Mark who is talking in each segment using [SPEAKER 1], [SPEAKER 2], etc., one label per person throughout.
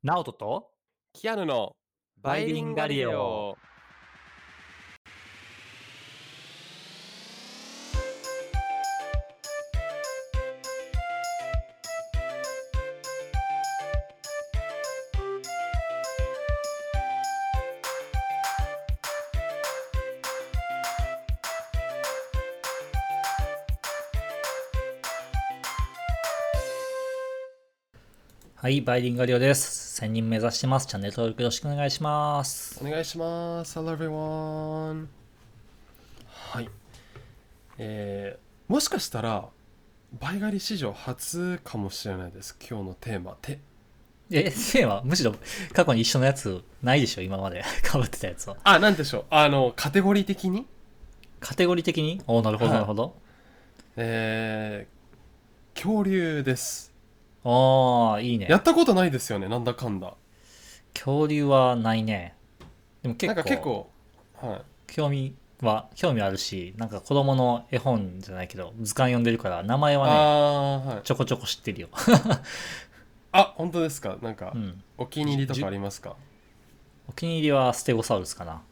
[SPEAKER 1] ナオトと
[SPEAKER 2] キアヌのバイリンガリオ。
[SPEAKER 1] はい、バイリンガリオです。1000人目指してます。チャンネル登録よろしくお願いします。
[SPEAKER 2] お願いします。Hello everyone。はい。もしかしたらバイガリ史上初かもしれないです。今日のテーマテ
[SPEAKER 1] ーマ、むしろ過去に一緒のやつないでしょ、今まで被ってたやつは。
[SPEAKER 2] なんでしょう。カテゴリー的に
[SPEAKER 1] カテゴリー的になるほど、なるほど。
[SPEAKER 2] 恐竜です。
[SPEAKER 1] いいね。
[SPEAKER 2] やったことないですよね、なんだかんだ。
[SPEAKER 1] 恐竜はないね。でも
[SPEAKER 2] なんか結
[SPEAKER 1] 構、
[SPEAKER 2] 構、はい。
[SPEAKER 1] 興味あるし、なんか子供の絵本じゃないけど、図鑑読んでるから、名前はね、
[SPEAKER 2] はい。
[SPEAKER 1] ちょこちょこ知ってるよ。
[SPEAKER 2] 本当ですか。なんか、
[SPEAKER 1] うん。
[SPEAKER 2] お気に入りとかありますか？
[SPEAKER 1] お気に入りはステゴサウルスかな。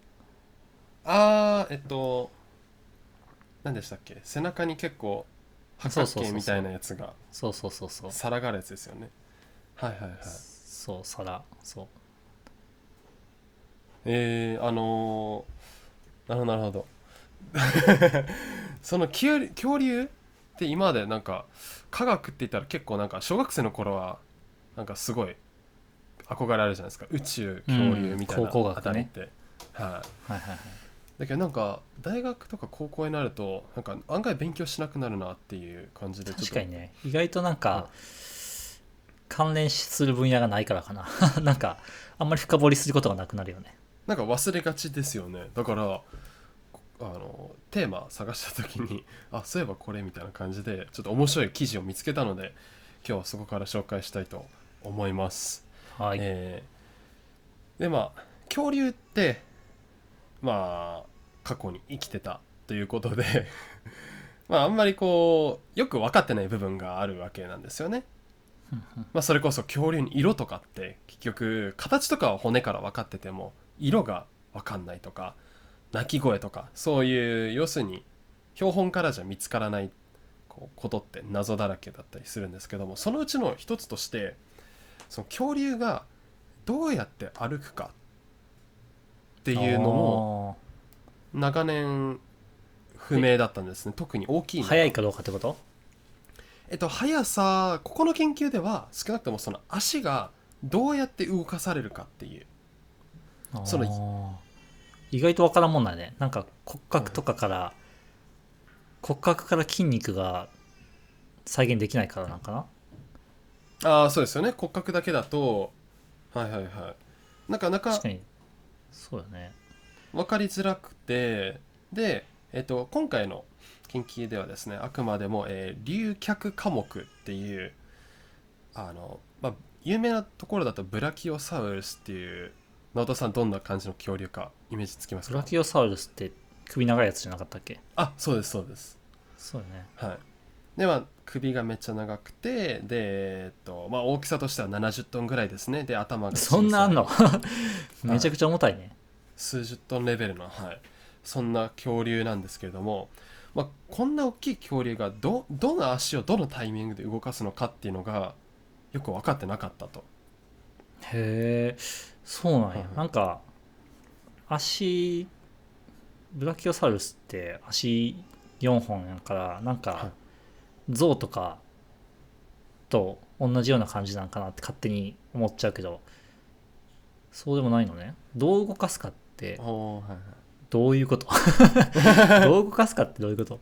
[SPEAKER 2] あー、何でしたっけ、背中に結構八
[SPEAKER 1] そう
[SPEAKER 2] 角形みたい
[SPEAKER 1] そうそうそう。
[SPEAKER 2] なやつが
[SPEAKER 1] そうそうそうそう。
[SPEAKER 2] 皿があるやつですよね。はいはいはい。
[SPEAKER 1] そう、そう。
[SPEAKER 2] なるほど。その恐竜って今までなんか科学って言ったら結構なんか小学生の頃はなんかすごい憧れあるじゃないですか、宇宙恐竜みたいな
[SPEAKER 1] 考古学ね。
[SPEAKER 2] あたりって、はい。
[SPEAKER 1] はいはいはい。
[SPEAKER 2] だけどなんか大学とか高校になるとなんか案外勉強しなくなるなっていう感じでちょっと。
[SPEAKER 1] 確かにね、意外となん
[SPEAKER 2] はい。
[SPEAKER 1] か関連する分野がないからかな。なんかあんまり深掘りすることがなくなるよね。
[SPEAKER 2] なんか忘れがちですよね。だからテーマ探した時にそういえばこれみたいな感じでちょっと面白い記事を見つけたので今日はそこから紹介したいと思います。
[SPEAKER 1] はい。
[SPEAKER 2] で恐竜って過去に生きてたということであんまりこうよく分かってない部分があるわけなんですよね。それこそ恐竜に色とかって結局形とかは骨から分かってても色が分かんないとか、鳴き声とかそういう要するに標本からじゃ見つからないことって謎だらけだったりするんですけども、そのうちの一つとしてその恐竜がどうやって歩くかっていうのも長年不明だったんですね。特に大きいのが
[SPEAKER 1] 早いかどうかってこと？
[SPEAKER 2] 速さ、ここの研究では少なくともその足がどうやって動かされるかっていう、その、
[SPEAKER 1] 意外とわからんもんだね。なんか骨格から筋肉が再現できないからなんかな。
[SPEAKER 2] そうですよね。骨格だけだと、はいはいはい、なかなか
[SPEAKER 1] 確かにそうだね。
[SPEAKER 2] 分かりづらくて、で、今回の研究ではですね、あくまでも、竜脚科目っていう有名なところだとブラキオサウルスっていう、直人さんどんな感じの恐竜かイメージつきますか？
[SPEAKER 1] ブラキオサウルスって首長いやつじゃなかったっけ？
[SPEAKER 2] そうですそうです。
[SPEAKER 1] そうだね。
[SPEAKER 2] はい。で首がめっちゃ長くて、で大きさとしては70トンぐらいですね。で頭が小さい。
[SPEAKER 1] そんなあんの？めちゃくちゃ重たいね。
[SPEAKER 2] 数十トンレベルの、そんな恐竜なんですけれども、こんな大きい恐竜がどの足をどのタイミングで動かすのかっていうのがよく分かってなかったと。
[SPEAKER 1] へえ、そうなんや。
[SPEAKER 2] はいはい
[SPEAKER 1] なんか足ブラキオサウルスって足4本やからなんか
[SPEAKER 2] はい。
[SPEAKER 1] 象とかと同じような感じなんかなって勝手に思っちゃうけど、そうでもないのね。どう動かすかって
[SPEAKER 2] はいはい。
[SPEAKER 1] どういうこと？どう動かすかってどういうこと？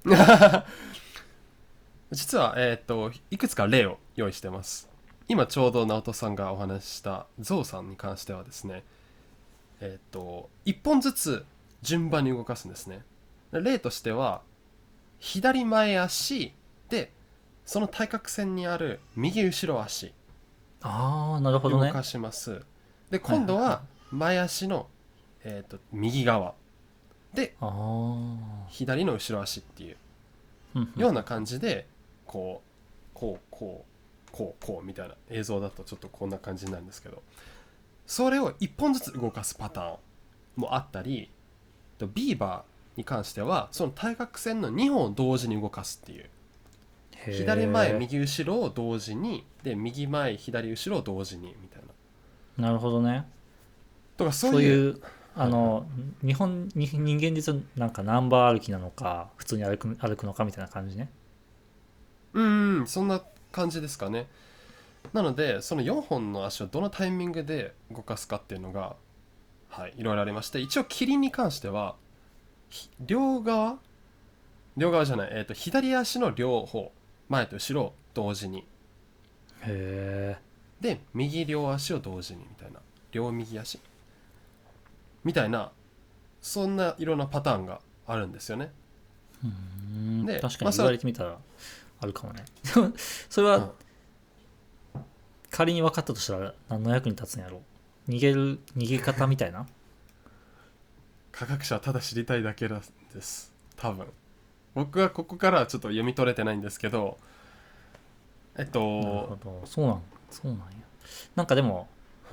[SPEAKER 2] 実は、いくつか例を用意してます。今ちょうど直人さんがお話ししたゾウさんに関してはですね、1本ずつ順番に動かすんですね。例としては左前足で、その対角線にある右後ろ足
[SPEAKER 1] なるほどね。
[SPEAKER 2] 動かします。で
[SPEAKER 1] はいはいはい。
[SPEAKER 2] 今度は前足の、右側で
[SPEAKER 1] あ
[SPEAKER 2] 左の後ろ足っていう
[SPEAKER 1] あ、うんうん。
[SPEAKER 2] ような感じでこうこうこうみたいな映像だとちょっとこんな感じになるんですけど、それを1本ずつ動かすパターンもあったり、ビーバーに関してはその対角線の2本を同時に動かすっていう、左前右後ろを同時にで右前左後ろを同時にみたいな。
[SPEAKER 1] なるほどね。
[SPEAKER 2] とか
[SPEAKER 1] そういう日本に人間で言うとなんかナンバー歩きなのか普通に歩くのかみたいな感じね。
[SPEAKER 2] そんな感じですかね。なのでその4本の足をどのタイミングで動かすかっていうのが、はい、いろいろありまして、一応キリンに関しては両側じゃない、左足の両方前と後ろ同時に、
[SPEAKER 1] へえ。
[SPEAKER 2] で右両足を同時にみたいな、両右足みたいな、そんないろんなパターンがあるんですよね。で
[SPEAKER 1] 確かに言われてみたらあるかもね。それは仮に分かったとしたら何の役に立つんやろう。逃げ方みたいな。
[SPEAKER 2] 科学者はただ知りたいだけです多分。僕はここからはちょっと読み取れてないんですけど、
[SPEAKER 1] なるほど。そうなんや。なんかでも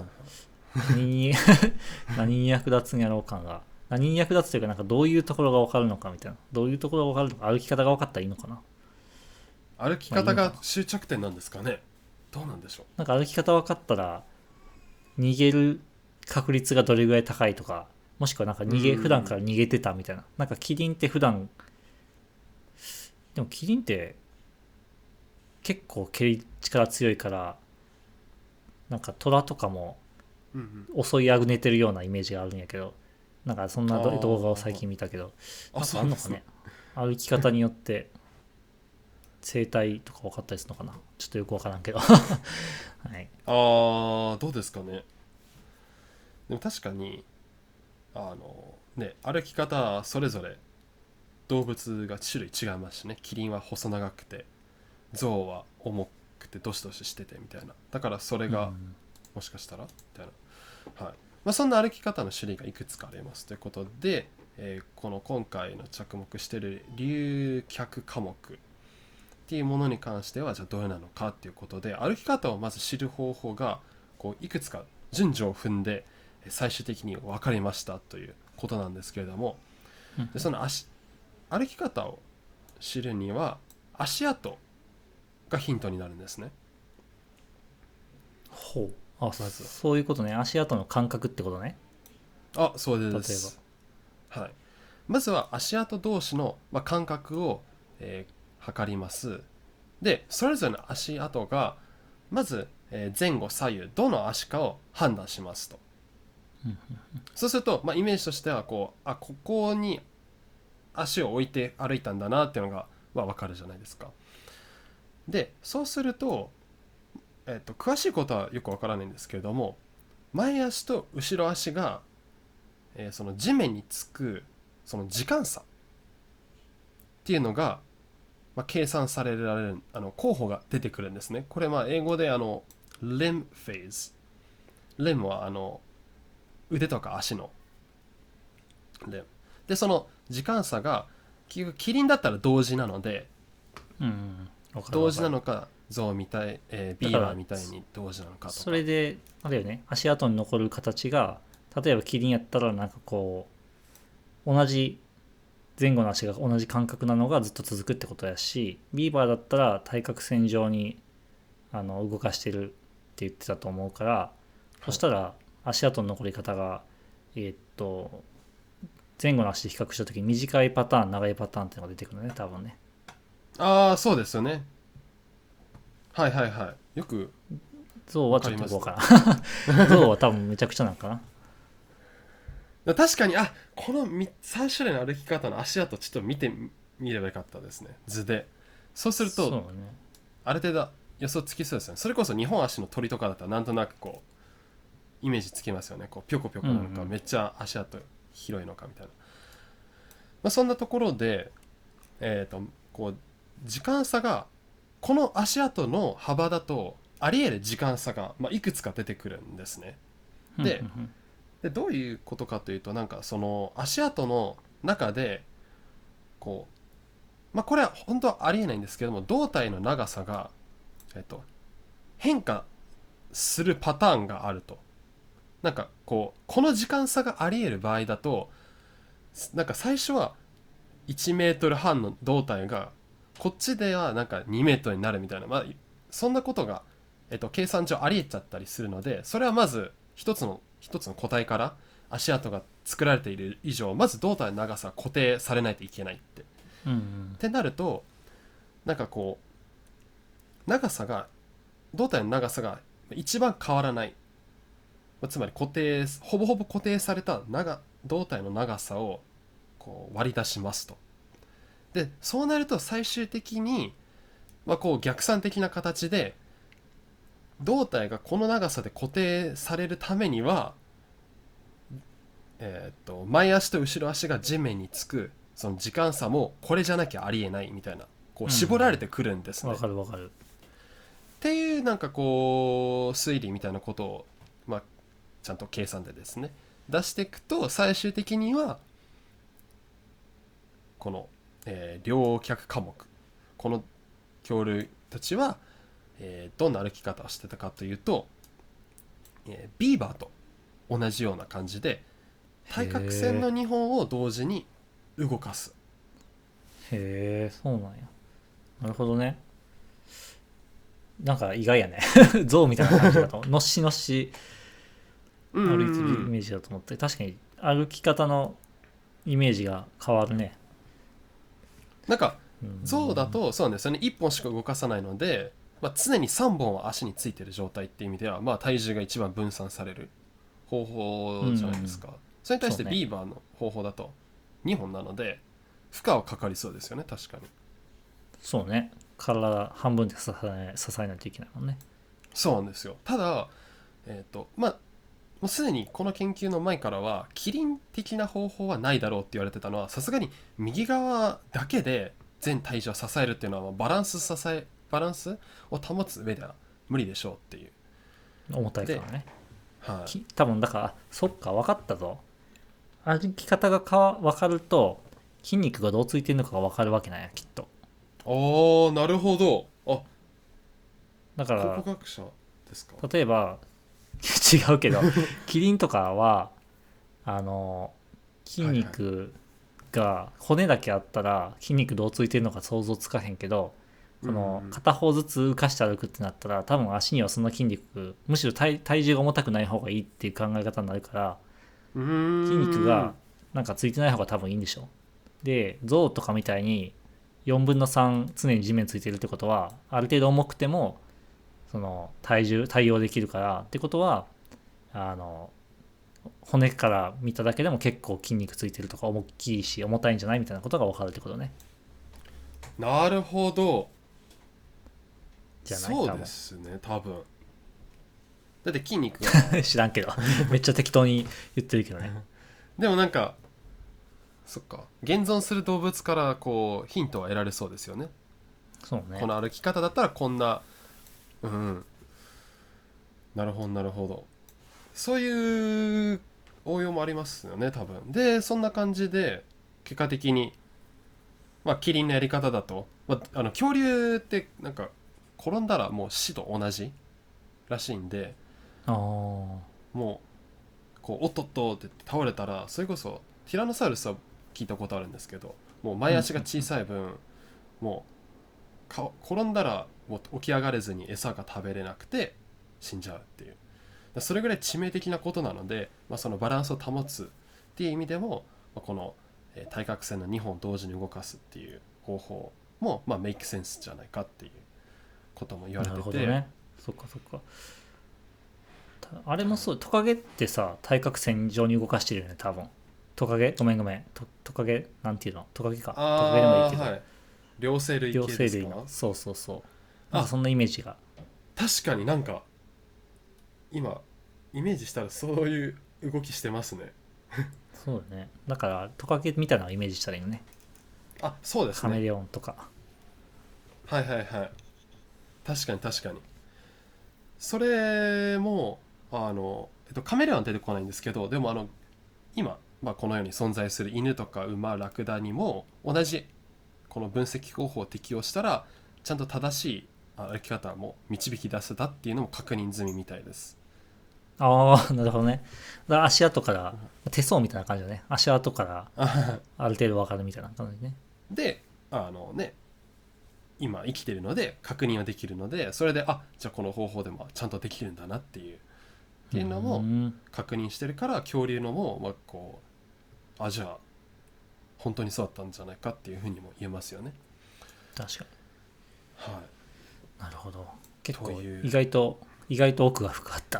[SPEAKER 1] 何に役立つんやろう感が、何に役立つというか、なんかどういうところが分かるのかみたいな、どういうところが分かるのか、歩き方が分かったらいいのかな。
[SPEAKER 2] 歩き方が終着点なんですかね。どうなんでしょう。
[SPEAKER 1] なんか歩き方分かったら逃げる確率がどれぐらい高いとか、もしくはなんか普段から逃げてたみたいな。なんかキリンって普段、でもキリンって結構蹴り力強いから、なんか虎とかも襲いあぐねてるようなイメージがあるんやけど、なんかそんな動画を最近見たけど、なんかあんのかね。歩き方によって生態とか分かったりするのかな。ちょっとよく分からんけど。はい。
[SPEAKER 2] どうですかね。でも確かに歩き方それぞれ動物が種類違いますしね。キリンは細長くて、ゾウは重くてドシドシしててみたいな。だからそれがもしかしたらみたいな、はい。そんな歩き方の種類がいくつかありますということで、この今回の着目している竜脚科目っていうものに関してはじゃあどうなのかっていうことで、歩き方をまず知る方法がいくつか順序を踏んで最終的に分かりましたということなんですけれども、でその歩き方を知るには足跡がヒントになるんですね。
[SPEAKER 1] ほう。そういうことね。足跡の感覚ってことね。
[SPEAKER 2] そうです。はい。まずは足跡同士の、間隔を、測ります。でそれぞれの足跡がまず、前後左右どの足かを判断しますと。そうすると、イメージとしてはここに足を置いて歩いたんだなっていうのが、分かるじゃないですか。でそうすると、詳しいことはよく分からないんですけれども、前足と後ろ足が、その地面につくその時間差っていうのが、計算されられる候補が出てくるんですね。これ英語でlimb phase。limb は腕とか足のlimbで、その時間差が結局キリンだったら同時なので、同時なのかゾウみたい、ビーバーみたいに同時なのかとか。
[SPEAKER 1] それであれよね、足跡に残る形が例えばキリンやったらなんか同じ前後の足が同じ間隔なのがずっと続くってことやし、ビーバーだったら対角線上に動かしてるって言ってたと思うから、そしたら足跡の残り方が前後の足で比較した時に短いパターン長いパターンっていうのが出てくるね、多分ね。
[SPEAKER 2] そうですよね。はいはいはい。よく
[SPEAKER 1] ゾウはちょっとよく分からん。ゾウは多分めちゃくちゃなんか
[SPEAKER 2] な。確かにこの3種類の歩き方の足跡ちょっと見てみればよかったですね、図で。そうすると、
[SPEAKER 1] ね、
[SPEAKER 2] ある程度予想つきそうですよね。それこそ2本足の鳥とかだったらなんとなくイメージつきますよね。ピョコピョコなのか、めっちゃ足跡広いのかみたいな。そんなところで時間差がこの足跡の幅だとあり得る時間差が、いくつか出てくるんですね。でどういうことかというと、なんかその足跡の中でこれは本当はありえないんですけども、胴体の長さが変化するパターンがあると。なんかこの時間差があり得る場合だと、なんか最初は1メートル半の胴体がこっちではなんか2メートルになるみたいな、まあそんなことが、計算上ありえちゃったりするので、それはまず一つの個体から足跡が作られている以上、まず胴体の長さは固定されないといけないって、
[SPEAKER 1] うんうん、
[SPEAKER 2] ってなると、なんか長さが胴体の長さが一番変わらない、つまりほぼほぼ固定された胴体の長さを割り出しますと。でそうなると最終的に、逆算的な形で胴体がこの長さで固定されるためには、前足と後ろ足が地面につくその時間差もこれじゃなきゃありえないみたいな、絞られてくるんですね。
[SPEAKER 1] わかるわかる。
[SPEAKER 2] っていうなんか推理みたいなことを、ちゃんと計算でですね出していくと、最終的にはこの、両脚科目、この恐竜たちは、どんな歩き方をしてたかというと、ビーバーと同じような感じで対角線の2本を同時に動かす。
[SPEAKER 1] へえ、そうなんや。なるほどね。なんか意外やね。象みたいな感じだとのっしのっし歩いてるイメージだと思って、確かに歩き方のイメージが変わるね。
[SPEAKER 2] なんか象だとそうなんですよね、1本しか動かさないので、常に3本は足についてる状態っていう意味では、体重が一番分散される方法じゃないですか。それに対してビーバーの方法だと2本なので負荷はかかりそうですよね。確かに
[SPEAKER 1] そうね、体半分で支えないといけないもんね。
[SPEAKER 2] そうなんですよ。ただもうすでにこの研究の前からはキリン的な方法はないだろうって言われてたのは、さすがに右側だけで全体重を支えるっていうのはバランスを保つ上では無理でしょうっていう。
[SPEAKER 1] 重たいからね。
[SPEAKER 2] はい、
[SPEAKER 1] 多分だからそっか、分かったぞ。歩き方が分かると筋肉がどうついてるのかが分かるわけなんや、きっと。
[SPEAKER 2] ああ、なるほど。
[SPEAKER 1] だから
[SPEAKER 2] 考古学者ですか。
[SPEAKER 1] 例えば違うけどキリンとかは筋肉が骨だけあったら筋肉どうついてるのか想像つかへんけど、この片方ずつ浮かして歩くってなったら多分足にはそんな筋肉、むしろ体重が重たくない方がいいっていう考え方になるから、筋肉がなんかついてない方が多分いいんでしょ。で象とかみたいに4分の3常に地面ついてるってことは、ある程度重くてもその対応できるからってことは、骨から見ただけでも結構筋肉ついてるとか大きいし重たいんじゃないみたいなことが分かるってことね。
[SPEAKER 2] なるほど。
[SPEAKER 1] じゃない？
[SPEAKER 2] そうですね、多分。だって筋肉が
[SPEAKER 1] 知らんけどめっちゃ適当に言ってるけどね。
[SPEAKER 2] でもなんかそっか、現存する動物からヒントは得られそうですよね。
[SPEAKER 1] そうね。
[SPEAKER 2] この歩き方だったらこんな、なるほどなるほど。そういう応用もありますよね多分。でそんな感じで結果的に、キリンのやり方だと、恐竜ってなんか転んだらもう死と同じらしいんで、もうおっとっとって倒れたら、それこそティラノサウルスは聞いたことあるんですけど、もう前足が小さい分、もう転んだらもう起き上がれずに餌が食べれなくて死んじゃうっていう、それぐらい致命的なことなので、そのバランスを保つっていう意味でも、この対角線の2本同時に動かすっていう方法もメイクセンスじゃないかっていうことも言われてて。
[SPEAKER 1] なるほどね。そっかそっか。あれもそう、トカゲってさ対角線上に動かしてるよね多分。トカゲ、ごめんトカゲなんていうの、トカゲか、トカゲでもいいけど、
[SPEAKER 2] 両生類系ですか。
[SPEAKER 1] 両生類の、そうそうそう、なんかそんなイメージが。
[SPEAKER 2] 確かになんか今イメージしたらそういう動きしてますね。
[SPEAKER 1] そうだね。だからトカゲみたいなのをイメージしたらいいのね。
[SPEAKER 2] そうですね。
[SPEAKER 1] カメレオンとか。
[SPEAKER 2] はいはいはい。確かに確かに。それもカメレオンは出てこないんですけど、でも今、このように存在する犬とか馬、ラクダにも同じこの分析方法を適用したらちゃんと正しい歩き方も導き出せたっていうのも確認済みみたいです。
[SPEAKER 1] ああ、なるほどね。だから足跡から、手相みたいな感じだね。足跡からある程度わかるみたいな感じね。
[SPEAKER 2] で今生きてるので確認はできるので、それでじゃあこの方法でもちゃんとできるんだなっていうのも確認してるから、恐竜のもじゃあ本当にそうだったんじゃないかっていうふうにも言えますよね。
[SPEAKER 1] 確か
[SPEAKER 2] は
[SPEAKER 1] に。なるほど。結構
[SPEAKER 2] という
[SPEAKER 1] 意外と奥が深かった。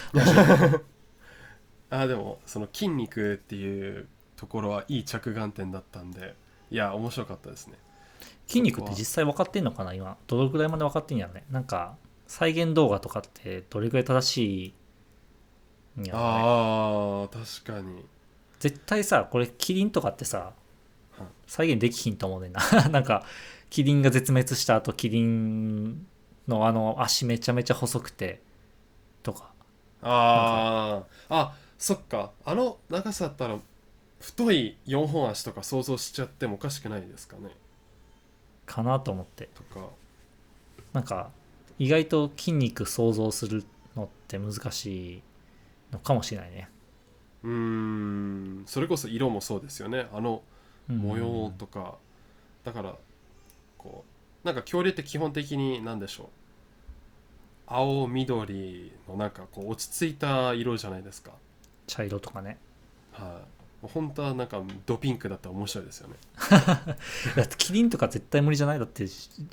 [SPEAKER 2] でもその筋肉っていうところはいい着眼点だったんで、いや面白かったですね。
[SPEAKER 1] 筋肉って実際分かってんのかな今。どのくらいまで分かってんやろね。なんか、再現動画とかってどれくらい正しいんやろね。
[SPEAKER 2] 確かに。
[SPEAKER 1] 絶対さ、これキリンとかってさ、再現できひんと思うねんな。なんか、キリンが絶滅した後、キリンの足めちゃめちゃ細くて、とか。
[SPEAKER 2] そっか、あの長さだったら太い4本足とか想像しちゃってもおかしくないですかね。
[SPEAKER 1] かなと思って。
[SPEAKER 2] とか
[SPEAKER 1] なんか、意外と筋肉想像するのって難しいのかもしれないね。
[SPEAKER 2] それこそ色もそうですよね。模様とか、だからなんか恐竜って基本的に何でしょう、青緑のなんか落ち着いた色じゃないですか。
[SPEAKER 1] 茶色とかね。
[SPEAKER 2] 本当はなんかドピンクだったら面白いですよね。
[SPEAKER 1] だってキリンとか絶対無理じゃないだって、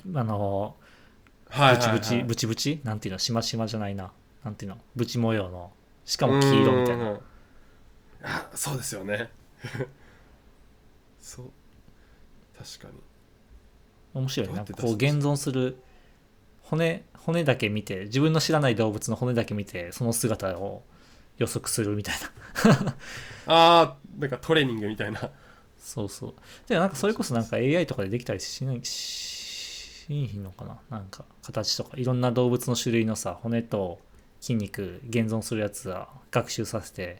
[SPEAKER 1] ブチブチなんていうの、しましまじゃないな。なんていうの、ブチ模様の。しかも黄色みたいな。
[SPEAKER 2] そうですよね。そう。確かに。
[SPEAKER 1] 面白い。なんか現存する骨だけ見て、自分の知らない動物の骨だけ見て、その姿を予測するみたい
[SPEAKER 2] な。なんかトレーニングみたいな。
[SPEAKER 1] そうそう。でなんかそれこそなんか AI とかでできたりしないのかな。なんか形とかいろんな動物の種類のさ、骨と筋肉現存するやつは学習させて、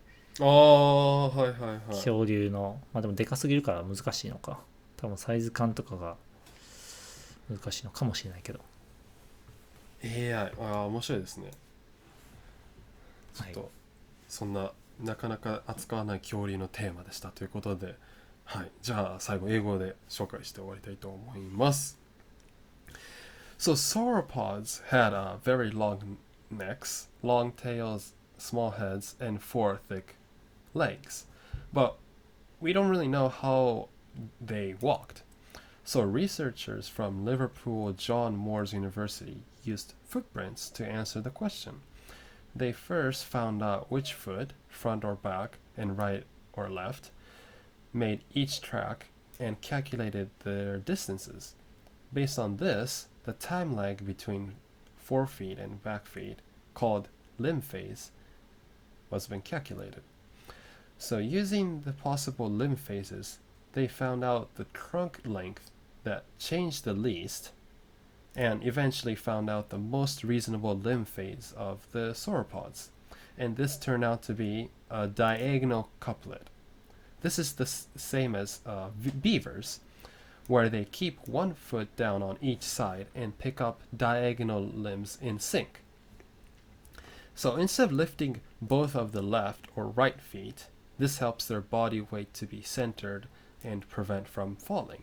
[SPEAKER 1] 恐竜のでもでかすぎるから難しいのか。多分サイズ感とかが難しいのかもしれないけど。
[SPEAKER 2] AI 面白いですね。ちょっと、そんなかなか扱わない恐竜のテーマでしたということで、じゃあ最後英語で紹介して終わりたいと思います。So sauropods had very long necks, long tails, small heads, and 4 thick legs. But we don't really know how they walked. So researchers from Liverpool John Moores University used footprints to answer the question. They first found out which foot, front or back, and right or left, made each track and calculated their distances. Based on this, the time lag between forefeet and back feet, called limb phase, was been calculated. So using the possible limb phases, they found out the trunk length that changed the least, and eventually found out the most reasonable limb phase of the sauropods. And this turned out to be a diagonal couplet. This is the same as beavers, where they keep one foot down on each side and pick up diagonal limbs in sync. So instead of lifting both of the left or right feet, this helps their body weight to be centered and prevent from falling.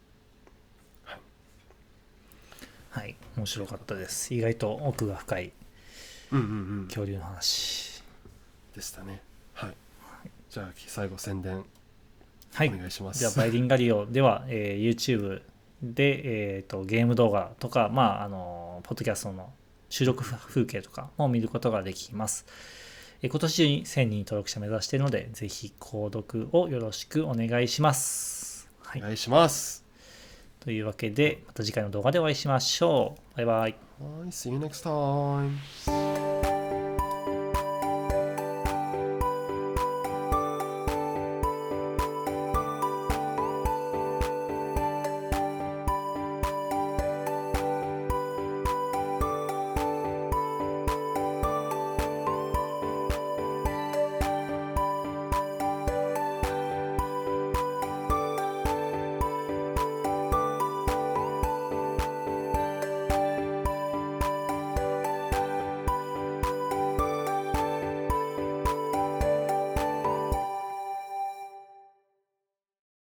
[SPEAKER 1] はい、面白かったです。意外と奥が深い恐竜の話
[SPEAKER 2] でしたね。はい。じゃあ最後宣伝お願いします。
[SPEAKER 1] じゃあバイリンガリオでは、YouTube で、ゲーム動画とか、ポッドキャストの収録風景とかも見ることができます。今年中に1000人登録者目指しているので、ぜひ購読をよろしくお願いします。
[SPEAKER 2] お願いします。
[SPEAKER 1] というわけで、また次回の動画でお会いしましょう。バイバイ。
[SPEAKER 2] See you next time.